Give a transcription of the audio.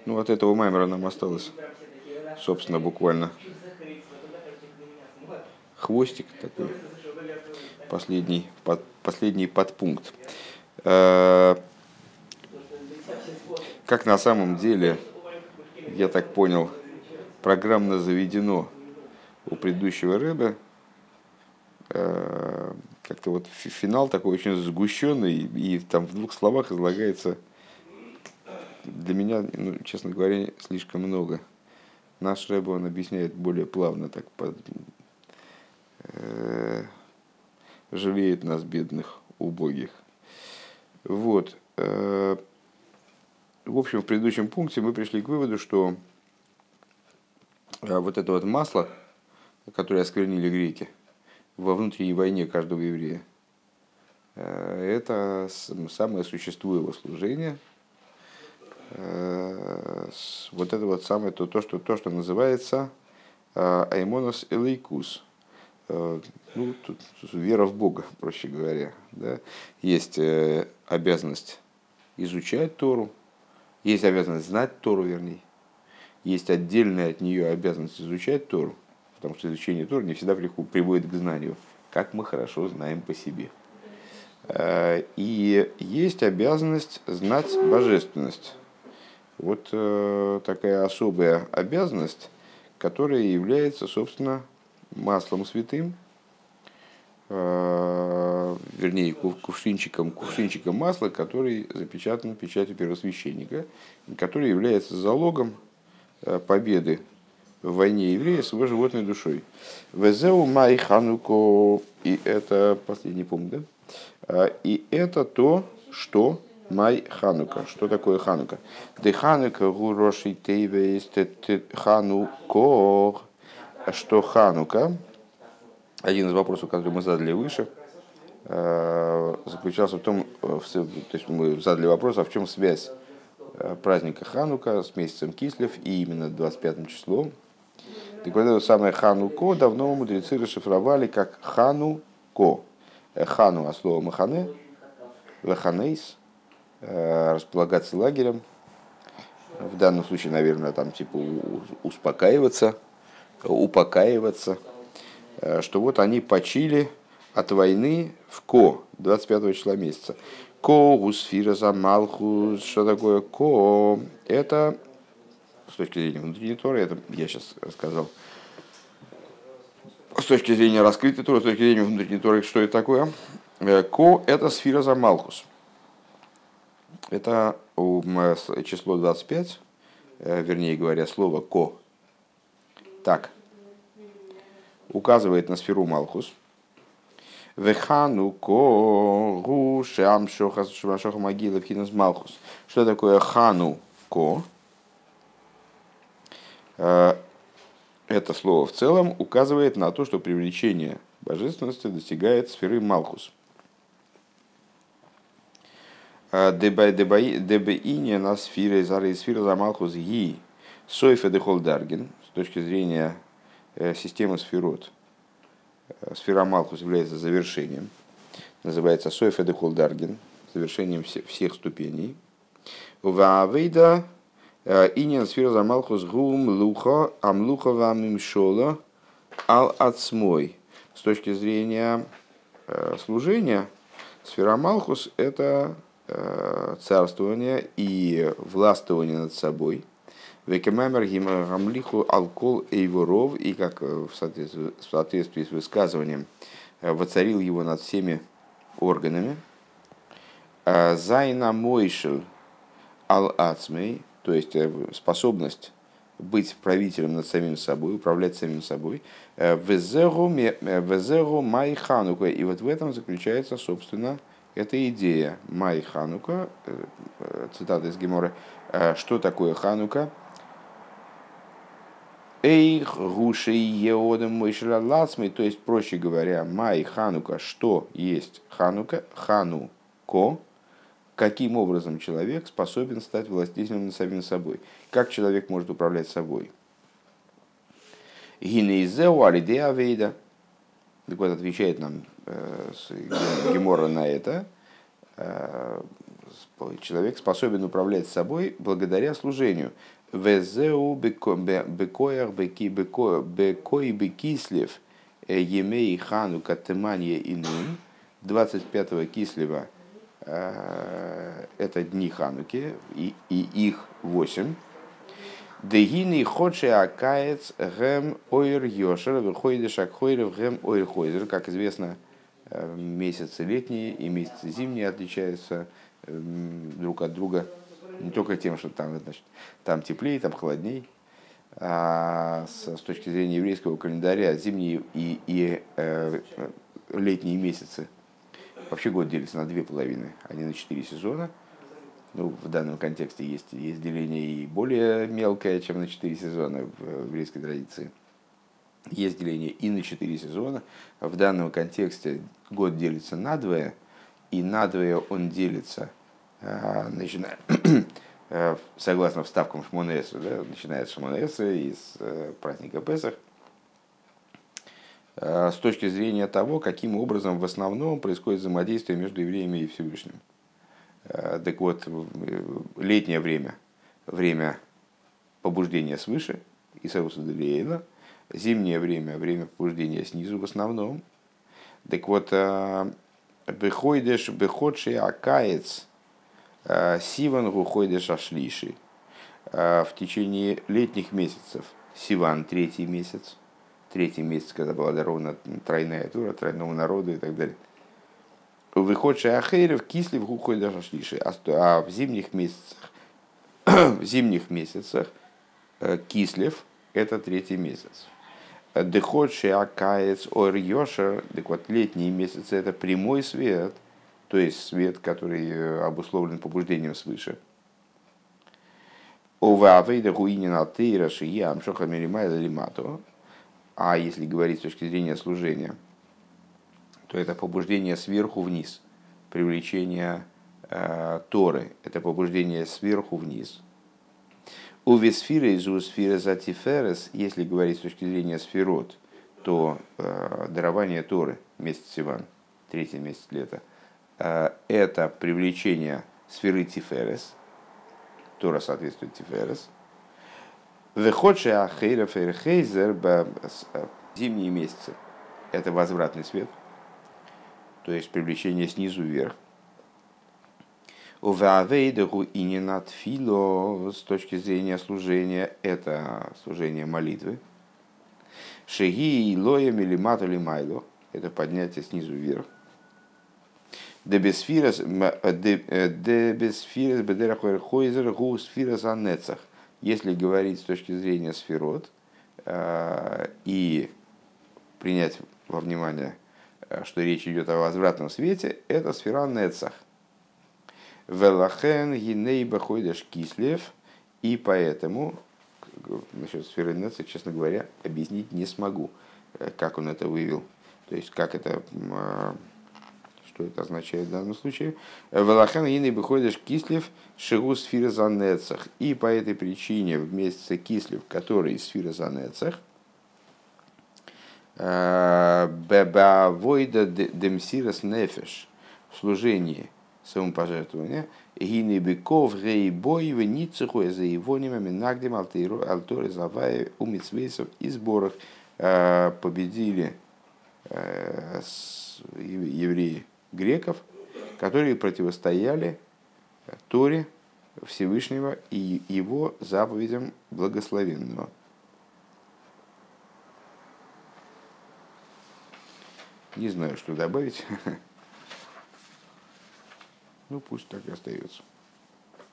Ну, от этого маймера нам осталось, собственно, буквально хвостик такой, последний подпункт. Как на самом деле, я так понял, программно заведено у предыдущего рэбе, как-то вот финал такой очень сгущенный, и там в двух словах излагается для меня, ну, честно говоря, слишком много. Наш рэбе, он объясняет более плавно, так жалеет нас, бедных, убогих. Вот. В общем, в предыдущем пункте мы пришли к выводу, что вот это вот масло, которое осквернили греки во внутренней войне каждого еврея, это самое существо его служения. Вот это вот самое то, что называется Аймонос Элейкус. Ну, тут вера в Бога, проще говоря. Да? Есть обязанность изучать Тору, есть обязанность знать Тору, вернее. Есть отдельная от нее обязанность изучать Тору, потому что изучение Торы не всегда приводит к знанию, как мы хорошо знаем по себе. И есть обязанность знать божественность. Вот такая особая обязанность, которая является, собственно, маслом святым, вернее, кувшинчиком масла, который запечатан печатью первосвященника, который является залогом победы в войне еврея с его животной душой. Везеу май хануко, и это последний пункт, да? И это то, что май ханука. Что такое ханука? Де ханука гуроши тейвейс хануко. Что ханука? Один из вопросов, который мы задали выше, заключался в том, то есть мы задали вопрос, а в чем связь праздника Ханука с месяцем Кислев и именно 25 числом. Так вот, это самое Хануко давно мудрецы расшифровали как Хануко. Хану от слова махане, лаханейс, располагаться лагерем. В данном случае, наверное, там типа успокаиваться, упокаиваться. Что вот они почили от войны в Ко, 25 числа месяца. Ко, Гусфира, Замалхус, что такое Ко? Это, с точки зрения внутренней Торы, это я сейчас рассказал. С точки зрения раскрытой Торы, с точки зрения внутренней Торы, что это такое? Ко – это сфера Замалхус. Это число 25, вернее говоря, слово Ко. Так, указывает на сферу Малхус. Вехануко гу шам шоха могила в хинас Малхус. Что такое хануко? Это слово в целом указывает на то, что привлечение божественности достигает сферы Малхус. Дебеине на сфере зары сфера за Малхус ги сойфе де холдарген. С точки зрения системы сферот, сфера Малхус является завершением. Называется сойфе де холдарген, завершением всех ступеней. Ваавейда инин сфера за Малхус гум луха амлуха вамимшола ал ацмой. С точки зрения служения, сфера Малхус – это царствование и властвование над собой. Векемамер гамлиху алкол эйворов, и как в соответствии с высказыванием воцарил его над всеми органами. Зайна мойшел ал ацмей, то есть способность быть правителем над самим собой, управлять самим собой. Везеру май ханука, и вот в этом заключается, собственно, эта идея май ханука, цитата из Геморы, что такое ханука? Эйх гушей еодем мойшеля лацмей, то есть, проще говоря, май ханука, что есть ханука, хануко, каким образом человек способен стать властителем над самим собой, как человек может управлять собой. Гинейзеу алидея вейда. Так вот, отвечает нам Гемора на это человек способен управлять собой благодаря служению. Везеу бекоях бекой бекислев емей хану катеманье инун. 25-го кислева это дни Хануки, и их 8. Дегини ходши акаец гэм ойр йошер, выходит шакхойров гэм ойр хойзер. Как известно, месяцы летние и месяцы зимние отличаются друг от друга не только тем, что там, значит, там теплее, там холодней. А с точки зрения еврейского календаря зимние и летние месяцы вообще год делится на две половины, а не на 4 сезона. Ну, в данном контексте есть деление и более мелкое, чем на 4 сезона в еврейской традиции. Есть деление и на 4 сезона. В данном контексте год делится на двое, и на двое он делится, начиная, согласно вставкам Шмона Эсрей, да, начиная с Шмона Эсрей из праздника Песах, с точки зрения того, каким образом в основном происходит взаимодействие между евреями и Всевышним. Так вот, летнее время, время побуждения свыше, Исауса Делиэйла, зимнее время, время побуждения снизу в основном. Так вот, беходши акаец сиван гухойдеш ашлиши. В течение летних месяцев Сиван, третий месяц, когда была дарована тройная тура, тройному народу и так далее. Выходши ахейров кислив гухойдеш ашлиши. А в зимних месяцах кислив это третий месяц. Деходши акаец ор йошер, так вот летние месяцы это прямой свет, то есть свет, который обусловлен побуждением свыше. А если говорить с точки зрения служения, то это побуждение сверху вниз, привлечение Торы, это побуждение сверху вниз. У весфира из усфира затиферес, если говорить с точки зрения сферот, то дарование Торы, месяц Сиван, третий месяц лета, это привлечение сферы Тиферес, Тора соответствует Тиферес. Выходши ахейров эрхейзер, зимние месяцы, это возвратный свет, то есть привлечение снизу вверх. Увавейдаху и не надфило с точки зрения служения, это служение молитвы. Шеги и лоя милимату лимайло, это поднятие снизу вверх. Дебесфирас бедерахойр хойзер гу сфирас анецах. Если говорить с точки зрения сферот и принять во внимание, что речь идет о возвратном свете, это сфера нецах. Велахен гиней бахойдеш кислев, и поэтому насчет сферы нецах, честно говоря, объяснить не смогу, как он это вывел, то есть как это, что это означает в данном случае. Велахен гиней бахойдеш кислев шигу сфера за нецах, и по этой причине в месяце кислев, который сфера за нецах, бебавойда демсирас нефеш, в служении самопожертвования, гины быков гейбой в ницуху за ивонима минагдим алторы завая у митсвейсов и сборах победили евреи греков, которые противостояли Торе Всевышнего и его заповедям благословенного. Не знаю, что добавить. Ну, пусть так и остается.